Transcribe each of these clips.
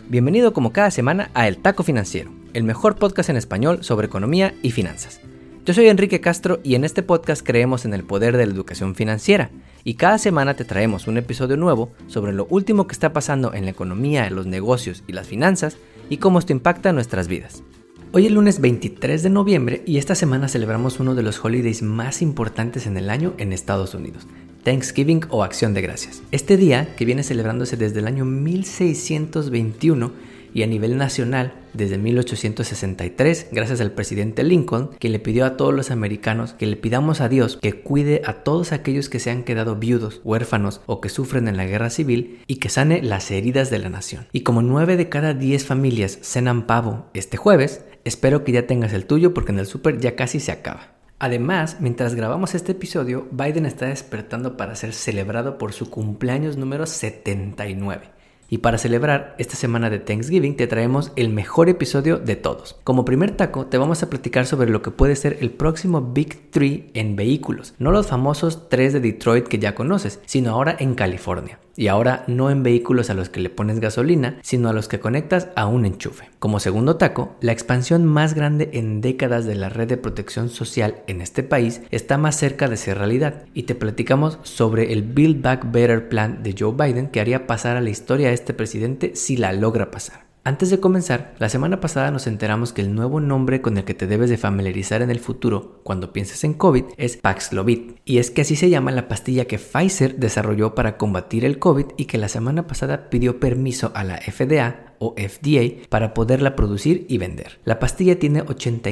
Bienvenido como cada semana a El Taco Financiero, el mejor podcast en español sobre economía y finanzas. Yo soy Enrique Castro y en este podcast creemos en el poder de la educación financiera y cada semana te traemos un episodio nuevo sobre lo último que está pasando en la economía, los negocios y las finanzas y cómo esto impacta nuestras vidas. Hoy es lunes 23 de noviembre y esta semana celebramos uno de los holidays más importantes en el año en Estados Unidos, Thanksgiving o Acción de Gracias. Este día, que viene celebrándose desde el año 1621 y a nivel nacional desde 1863, gracias al presidente Lincoln, que le pidió a todos los americanos que le pidamos a Dios que cuide a todos aquellos que se han quedado viudos, huérfanos o que sufren en la guerra civil y que sane las heridas de la nación. Y como 9 de cada 10 familias cenan pavo este jueves, espero que ya tengas el tuyo porque en el súper ya casi se acaba. Además, mientras grabamos este episodio, Biden está despertando para ser celebrado por su cumpleaños número 79. Y para celebrar esta semana de Thanksgiving te traemos el mejor episodio de todos. Como primer taco te vamos a platicar sobre lo que puede ser el próximo Big 3 en vehículos. No los famosos 3 de Detroit que ya conoces, sino ahora en California. Y ahora no en vehículos a los que le pones gasolina, sino a los que conectas a un enchufe. Como segundo taco, la expansión más grande en décadas de la red de protección social en este país está más cerca de ser realidad. Y te platicamos sobre el Build Back Better Plan de Joe Biden que haría pasar a la historia a este presidente si la logra pasar. Antes de comenzar, la semana pasada nos enteramos que el nuevo nombre con el que te debes de familiarizar en el futuro cuando pienses en COVID es Paxlovid. Y es que así se llama la pastilla que Pfizer desarrolló para combatir el COVID y que la semana pasada pidió permiso a la FDA o FDA para poderla producir y vender. La pastilla tiene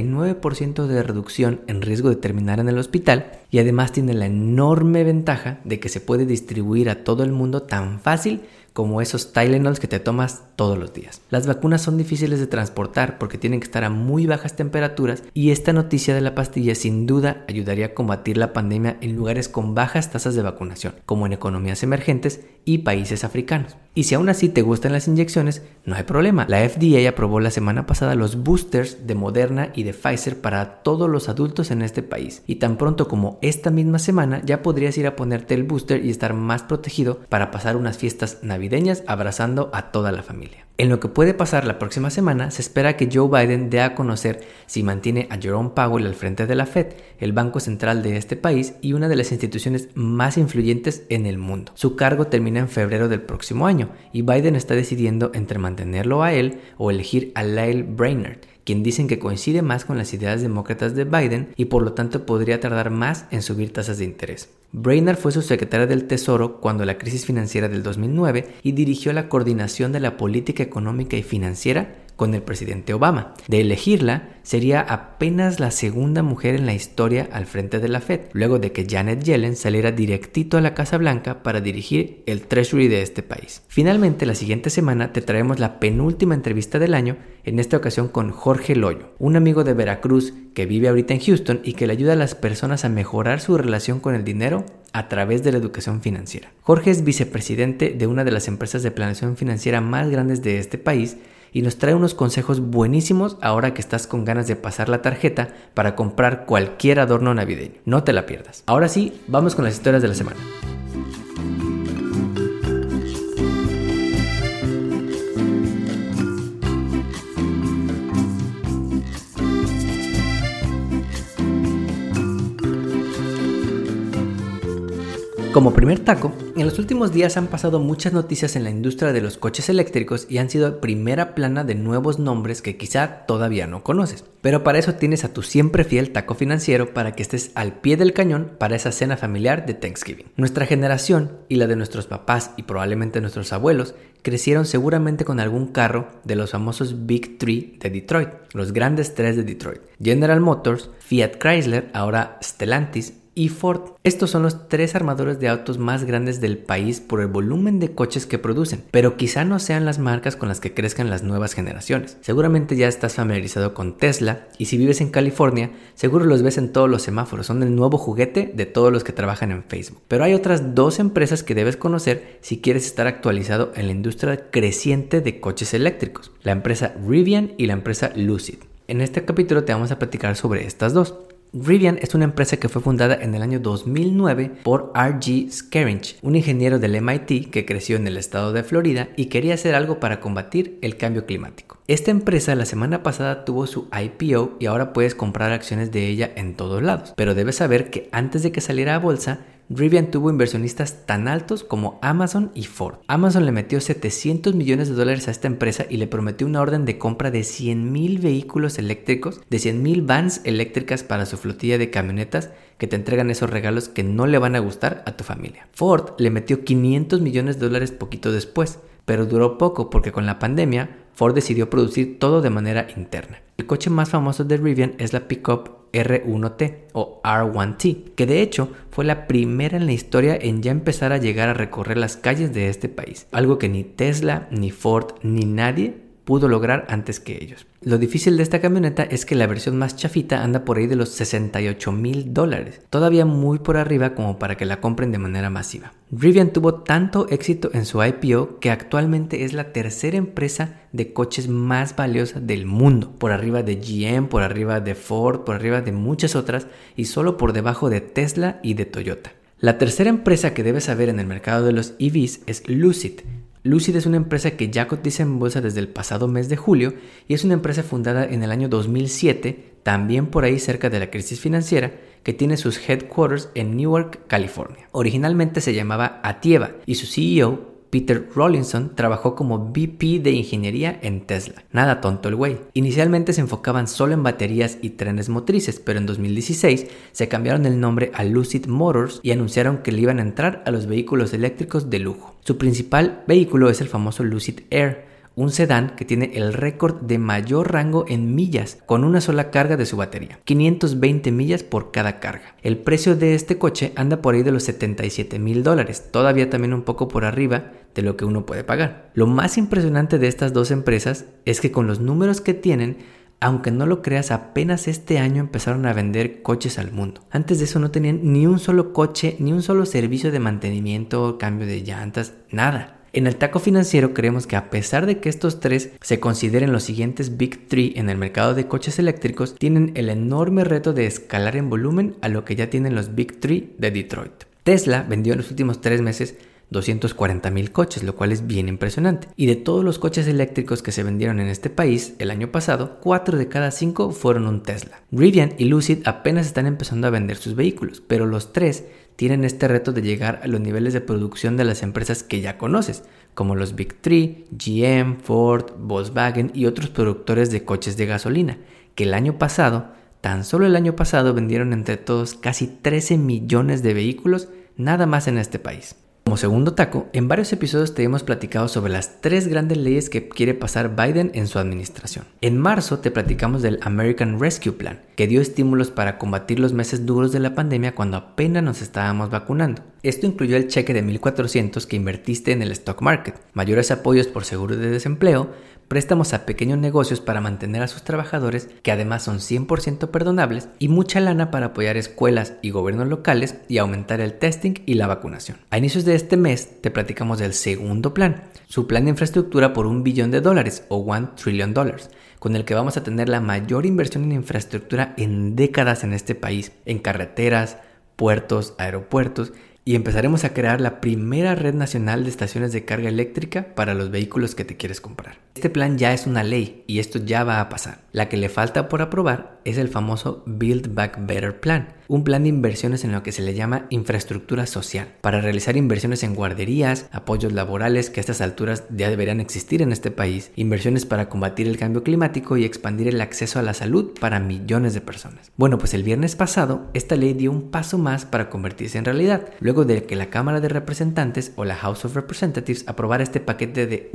89% de reducción en riesgo de terminar en el hospital y además tiene la enorme ventaja de que se puede distribuir a todo el mundo tan fácil como esos Tylenols que te tomas todos los días. Las vacunas son difíciles de transportar porque tienen que estar a muy bajas temperaturas y esta noticia de la pastilla sin duda ayudaría a combatir la pandemia en lugares con bajas tasas de vacunación, como en economías emergentes y países africanos. Y si aún así te gustan las inyecciones, no hay problema. La FDA aprobó la semana pasada los boosters de Moderna y de Pfizer para todos los adultos en este país. Y tan pronto como esta misma semana ya podrías ir a ponerte el booster y estar más protegido para pasar unas fiestas navideñas abrazando a toda la familia. En lo que puede pasar la próxima semana, se espera que Joe Biden dé a conocer si mantiene a Jerome Powell al frente de la Fed, el banco central de este país y una de las instituciones más influyentes en el mundo. Su cargo termina en febrero del próximo año y Biden está decidiendo entre mantenerlo a él o elegir a Lael Brainerd, quien dicen que coincide más con las ideas demócratas de Biden y por lo tanto podría tardar más en subir tasas de interés. Brainerd fue su secretario del Tesoro cuando la crisis financiera del 2009 y dirigió la coordinación de la política económica y financiera con el presidente Obama. De elegirla, sería apenas la segunda mujer en la historia al frente de la Fed, luego de que Janet Yellen saliera directito a la Casa Blanca para dirigir el Treasury de este país. Finalmente, la siguiente semana te traemos la penúltima entrevista del año, en esta ocasión con Jorge Loyo, un amigo de Veracruz que vive ahorita en Houston y que le ayuda a las personas a mejorar su relación con el dinero a través de la educación financiera. Jorge es vicepresidente de una de las empresas de planeación financiera más grandes de este país y nos trae unos consejos buenísimos ahora que estás con ganas de pasar la tarjeta para comprar cualquier adorno navideño. No te la pierdas. Ahora sí, vamos con las historias de la semana. Como primer taco, en los últimos días han pasado muchas noticias en la industria de los coches eléctricos y han sido primera plana de nuevos nombres que quizá todavía no conoces. Pero para eso tienes a tu siempre fiel taco financiero para que estés al pie del cañón para esa cena familiar de Thanksgiving. Nuestra generación y la de nuestros papás y probablemente nuestros abuelos crecieron seguramente con algún carro de los famosos Big 3 de Detroit, los grandes 3 de Detroit: General Motors, Fiat Chrysler, ahora Stellantis y Ford. Estos son los 3 armadores de autos más grandes del país por el volumen de coches que producen, pero quizá no sean las marcas con las que crezcan las nuevas generaciones. Seguramente ya estás familiarizado con Tesla y si vives en California, seguro los ves en todos los semáforos, son el nuevo juguete de todos los que trabajan en Facebook. Pero hay otras 2 empresas que debes conocer si quieres estar actualizado en la industria creciente de coches eléctricos, la empresa Rivian y la empresa Lucid. En este capítulo te vamos a platicar sobre estas 2. Rivian es una empresa que fue fundada en el año 2009 por R.G. Scaringe, un ingeniero del MIT que creció en el estado de Florida y quería hacer algo para combatir el cambio climático. Esta empresa la semana pasada tuvo su IPO y ahora puedes comprar acciones de ella en todos lados, pero debes saber que antes de que saliera a bolsa, Rivian tuvo inversionistas tan altos como Amazon y Ford. Amazon le metió $700 millones a esta empresa y le prometió una orden de compra de 100,000 vehículos eléctricos, de 100,000 vans eléctricas para su flotilla de camionetas que te entregan esos regalos que no le van a gustar a tu familia. Ford le metió $500 millones poquito después, pero duró poco porque con la pandemia Ford decidió producir todo de manera interna. El coche más famoso de Rivian es la pickup R1T o R1T, que de hecho fue la primera en la historia en ya empezar a llegar a recorrer las calles de este país, algo que ni Tesla, ni Ford, ni nadie pudo lograr antes que ellos. Lo difícil de esta camioneta es que la versión más chafita anda por ahí de los $68,000, todavía muy por arriba como para que la compren de manera masiva. Rivian tuvo tanto éxito en su IPO que actualmente es la tercera empresa de coches más valiosa del mundo, por arriba de GM, por arriba de Ford, por arriba de muchas otras y solo por debajo de Tesla y de Toyota. La tercera empresa que debes saber en el mercado de los EVs es Lucid. Lucid es una empresa que ya cotiza en bolsa desde el pasado mes de julio y es una empresa fundada en el año 2007, también por ahí cerca de la crisis financiera, que tiene sus headquarters en Newark, California. Originalmente se llamaba Atieva y su CEO, Peter Rawlinson, trabajó como VP de ingeniería en Tesla. Nada tonto el güey. Inicialmente se enfocaban solo en baterías y trenes motrices, pero en 2016 se cambiaron el nombre a Lucid Motors y anunciaron que le iban a entrar a los vehículos eléctricos de lujo. Su principal vehículo es el famoso Lucid Air, un sedán que tiene el récord de mayor rango en millas con una sola carga de su batería, 520 millas por cada carga. El precio de este coche anda por ahí de los $77,000, todavía también un poco por arriba de lo que uno puede pagar. Lo más impresionante de estas dos empresas es que con los números que tienen, aunque no lo creas, apenas este año empezaron a vender coches al mundo. Antes de eso no tenían ni un solo coche, ni un solo servicio de mantenimiento, cambio de llantas, nada. En el Taco Financiero creemos que a pesar de que estos tres se consideren los siguientes Big Three en el mercado de coches eléctricos, tienen el enorme reto de escalar en volumen a lo que ya tienen los Big Three de Detroit. Tesla vendió en los últimos 3 meses 240,000 coches, lo cual es bien impresionante. Y de todos los coches eléctricos que se vendieron en este país el año pasado, 4 de cada 5 fueron un Tesla. Rivian y Lucid apenas están empezando a vender sus vehículos, pero los tres tienen este reto de llegar a los niveles de producción de las empresas que ya conoces, como los Big Three, GM, Ford, Volkswagen y otros productores de coches de gasolina, que el año pasado, tan solo el año pasado, vendieron entre todos casi 13 millones de vehículos nada más en este país. Como segundo taco, en varios episodios te hemos platicado sobre las 3 grandes leyes que quiere pasar Biden en su administración. En marzo te platicamos del American Rescue Plan, que dio estímulos para combatir los meses duros de la pandemia cuando apenas nos estábamos vacunando. Esto incluyó el cheque de $1,400 que invertiste en el stock market, mayores apoyos por seguro de desempleo, préstamos a pequeños negocios para mantener a sus trabajadores, que además son 100% perdonables, y mucha lana para apoyar escuelas y gobiernos locales y aumentar el testing y la vacunación. A inicios de este mes te platicamos del segundo plan, su plan de infraestructura por $1 billón o $1 trillion, con el que vamos a tener la mayor inversión en infraestructura en décadas en este país, en carreteras, puertos, aeropuertos, y empezaremos a crear la primera red nacional de estaciones de carga eléctrica para los vehículos que te quieres comprar. Este plan ya es una ley y esto ya va a pasar. La que le falta por aprobar es el famoso Build Back Better Plan, un plan de inversiones en lo que se le llama infraestructura social, para realizar inversiones en guarderías, apoyos laborales que a estas alturas ya deberían existir en este país, inversiones para combatir el cambio climático y expandir el acceso a la salud para millones de personas. Bueno, pues el viernes pasado esta ley dio un paso más para convertirse en realidad, luego de que la Cámara de Representantes o la House of Representatives aprobara este paquete de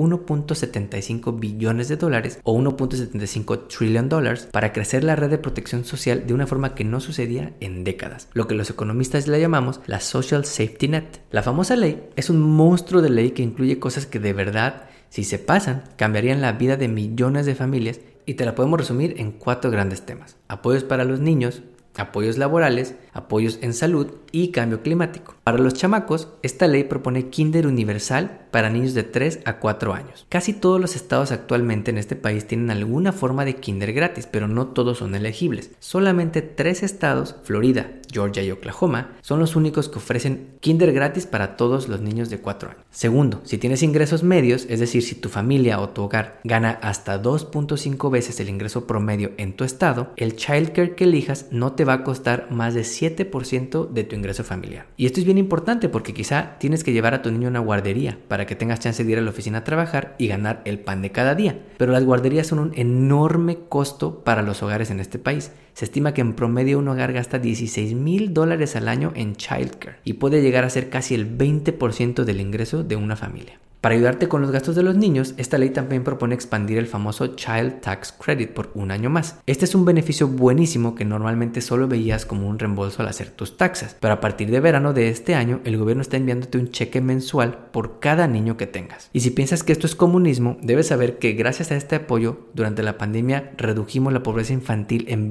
$1.75 billones o $1.75 trillion para crecer la red de protección social de una forma que no sucedía en décadas, lo que los economistas le llamamos la Social Safety Net. La famosa ley es un monstruo de ley que incluye cosas que de verdad, si se pasan, cambiarían la vida de millones de familias y te la podemos resumir en 4 grandes temas: apoyos para los niños, apoyos laborales, apoyos en salud y cambio climático. Para los chamacos, esta ley propone kinder universal para niños de 3 a 4 años. Casi todos los estados actualmente en este país tienen alguna forma de kinder gratis, pero no todos son elegibles. Solamente 3 estados, Florida, Georgia y Oklahoma, son los únicos que ofrecen kinder gratis para todos los niños de 4 años. Segundo, si tienes ingresos medios, es decir, si tu familia o tu hogar gana hasta 2.5 veces el ingreso promedio en tu estado, el childcare que elijas no te va a costar más de 7% de tu ingreso familiar. Y esto es bien importante porque quizá tienes que llevar a tu niño a una guardería para que tengas chance de ir a la oficina a trabajar y ganar el pan de cada día. Pero las guarderías son un enorme costo para los hogares en este país. Se estima que en promedio un hogar gasta $16,000 al año en childcare y puede llegar a ser casi el 20% del ingreso de una familia. Para ayudarte con los gastos de los niños, esta ley también propone expandir el famoso Child Tax Credit por un año más. Este es un beneficio buenísimo que normalmente solo veías como un reembolso al hacer tus taxas, pero a partir de verano de este año, el gobierno está enviándote un cheque mensual por cada niño que tengas. Y si piensas que esto es comunismo, debes saber que gracias a este apoyo, durante la pandemia redujimos la pobreza infantil en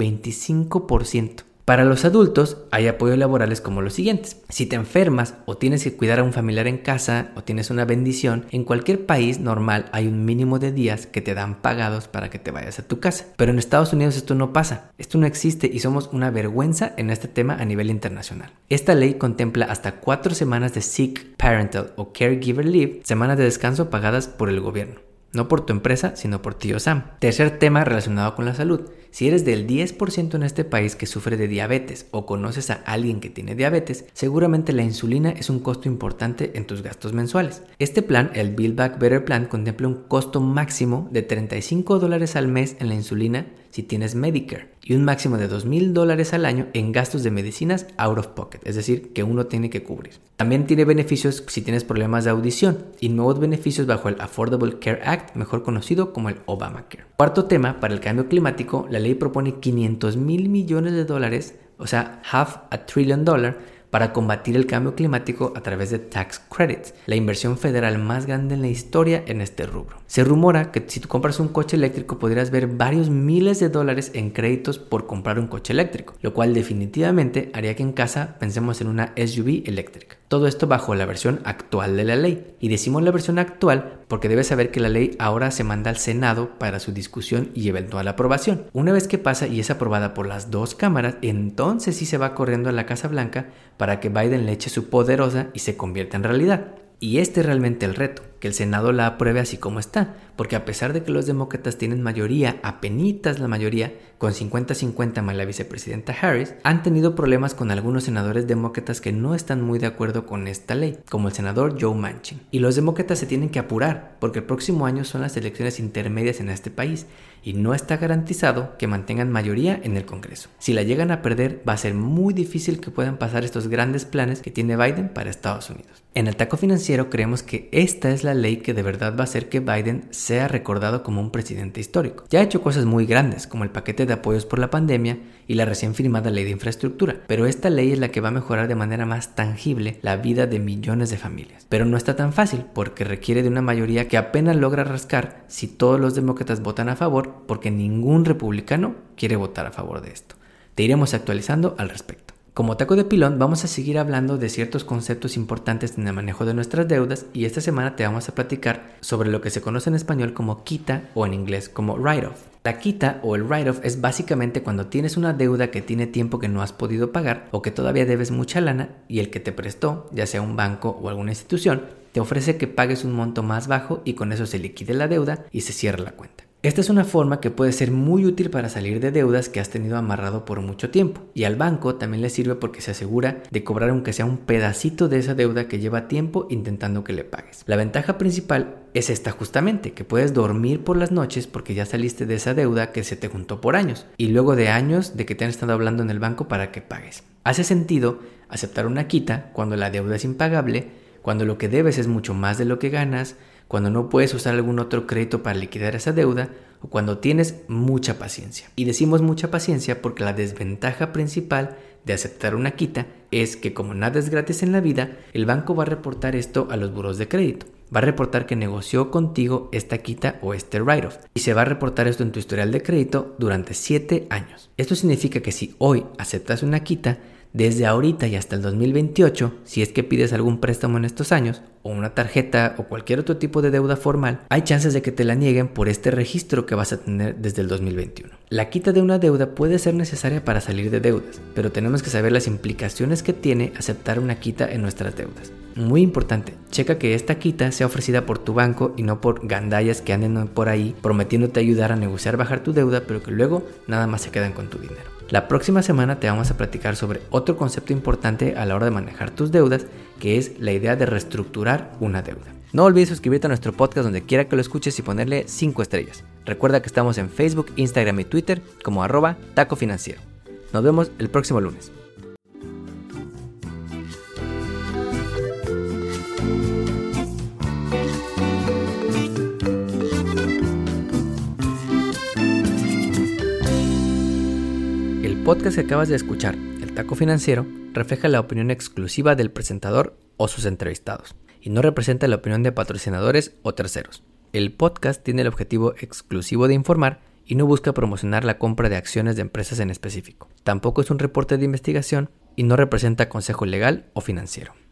25%. Para los adultos hay apoyos laborales como los siguientes. Si te enfermas o tienes que cuidar a un familiar en casa o tienes una bendición, en cualquier país normal hay un mínimo de días que te dan pagados para que te vayas a tu casa. Pero en Estados Unidos esto no pasa, esto no existe y somos una vergüenza en este tema a nivel internacional. Esta ley contempla hasta 4 semanas de sick, parental o caregiver leave, semanas de descanso pagadas por el gobierno. No por tu empresa, sino por tío Sam. Tercer tema relacionado con la salud. Si eres del 10% en este país que sufre de diabetes o conoces a alguien que tiene diabetes, seguramente la insulina es un costo importante en tus gastos mensuales. Este plan, el Build Back Better Plan, contempla un costo máximo de $35 al mes en la insulina si tienes Medicare y un máximo de $2,000 al año en gastos de medicinas out of pocket, es decir, que uno tiene que cubrir. También tiene beneficios si tienes problemas de audición y nuevos beneficios bajo el Affordable Care Act, mejor conocido como el Obamacare. Cuarto tema, para el cambio climático, la ley propone $500 mil millones, o sea, $500 billion, para combatir el cambio climático a través de tax credits, la inversión federal más grande en la historia en este rubro. Se rumora que si tú compras un coche eléctrico podrías ver varios miles de dólares en créditos por comprar un coche eléctrico, lo cual definitivamente haría que en casa pensemos en una SUV eléctrica. Todo esto bajo la versión actual de la ley. Y decimos la versión actual porque debes saber que la ley ahora se manda al Senado para su discusión y eventual aprobación. Una vez que pasa y es aprobada por las 2 cámaras, entonces sí se va corriendo a la Casa Blanca para que Biden le eche su poderosa y se convierta en realidad. Y este es realmente el reto, que el Senado la apruebe así como está, porque a pesar de que los demócratas tienen mayoría, apenitas la mayoría, con 50-50 más la vicepresidenta Harris, han tenido problemas con algunos senadores demócratas que no están muy de acuerdo con esta ley, como el senador Joe Manchin. Y los demócratas se tienen que apurar, porque el próximo año son las elecciones intermedias en este país, y no está garantizado que mantengan mayoría en el Congreso. Si la llegan a perder, va a ser muy difícil que puedan pasar estos grandes planes que tiene Biden para Estados Unidos. En el Taco Financiero creemos que esta es la ley que de verdad va a hacer que Biden sea recordado como un presidente histórico. Ya ha hecho cosas muy grandes, como el paquete de apoyos por la pandemia y la recién firmada ley de infraestructura, pero esta ley es la que va a mejorar de manera más tangible la vida de millones de familias. Pero no está tan fácil, porque requiere de una mayoría que apenas logra rascar si todos los demócratas votan a favor, porque ningún republicano quiere votar a favor de esto. Te iremos actualizando al respecto. Como taco de pilón, vamos a seguir hablando de ciertos conceptos importantes en el manejo de nuestras deudas y esta semana te vamos a platicar sobre lo que se conoce en español como quita o en inglés como write-off. La quita o el write-off es básicamente cuando tienes una deuda que tiene tiempo que no has podido pagar o que todavía debes mucha lana y el que te prestó, ya sea un banco o alguna institución, te ofrece que pagues un monto más bajo y con eso se liquide la deuda y se cierra la cuenta. Esta es una forma que puede ser muy útil para salir de deudas que has tenido amarrado por mucho tiempo y al banco también le sirve porque se asegura de cobrar aunque sea un pedacito de esa deuda que lleva tiempo intentando que le pagues. La ventaja principal es esta justamente, que puedes dormir por las noches porque ya saliste de esa deuda que se te juntó por años y luego de años de que te han estado hablando en el banco para que pagues. Hace sentido aceptar una quita cuando la deuda es impagable, cuando lo que debes es mucho más de lo que ganas, cuando no puedes usar algún otro crédito para liquidar esa deuda o cuando tienes mucha paciencia. Y decimos mucha paciencia porque la desventaja principal de aceptar una quita es que como nada es gratis en la vida, el banco va a reportar esto a los buros de crédito. Va a reportar que negoció contigo esta quita o este write-off y se va a reportar esto en tu historial de crédito durante 7 años. Esto significa que si hoy aceptas una quita, Desde ahorita y hasta el 2028, si es que pides algún préstamo en estos años, o una tarjeta o cualquier otro tipo de deuda formal, hay chances de que te la nieguen por este registro que vas a tener desde el 2021. La quita de una deuda puede ser necesaria para salir de deudas, pero tenemos que saber las implicaciones que tiene aceptar una quita en nuestras deudas. Muy importante, checa que esta quita sea ofrecida por tu banco y no por gandallas que anden por ahí prometiéndote ayudar a negociar bajar tu deuda, pero que luego nada más se quedan con tu dinero. La próxima semana te vamos a platicar sobre otro concepto importante a la hora de manejar tus deudas, que es la idea de reestructurar una deuda. No olvides suscribirte a nuestro podcast donde quiera que lo escuches y ponerle 5 estrellas. Recuerda que estamos en Facebook, Instagram y Twitter como @tacofinanciero. Nos vemos el próximo lunes. El podcast que acabas de escuchar, El Taco Financiero, refleja la opinión exclusiva del presentador o sus entrevistados y no representa la opinión de patrocinadores o terceros. El podcast tiene el objetivo exclusivo de informar y no busca promocionar la compra de acciones de empresas en específico. Tampoco es un reporte de investigación y no representa consejo legal o financiero.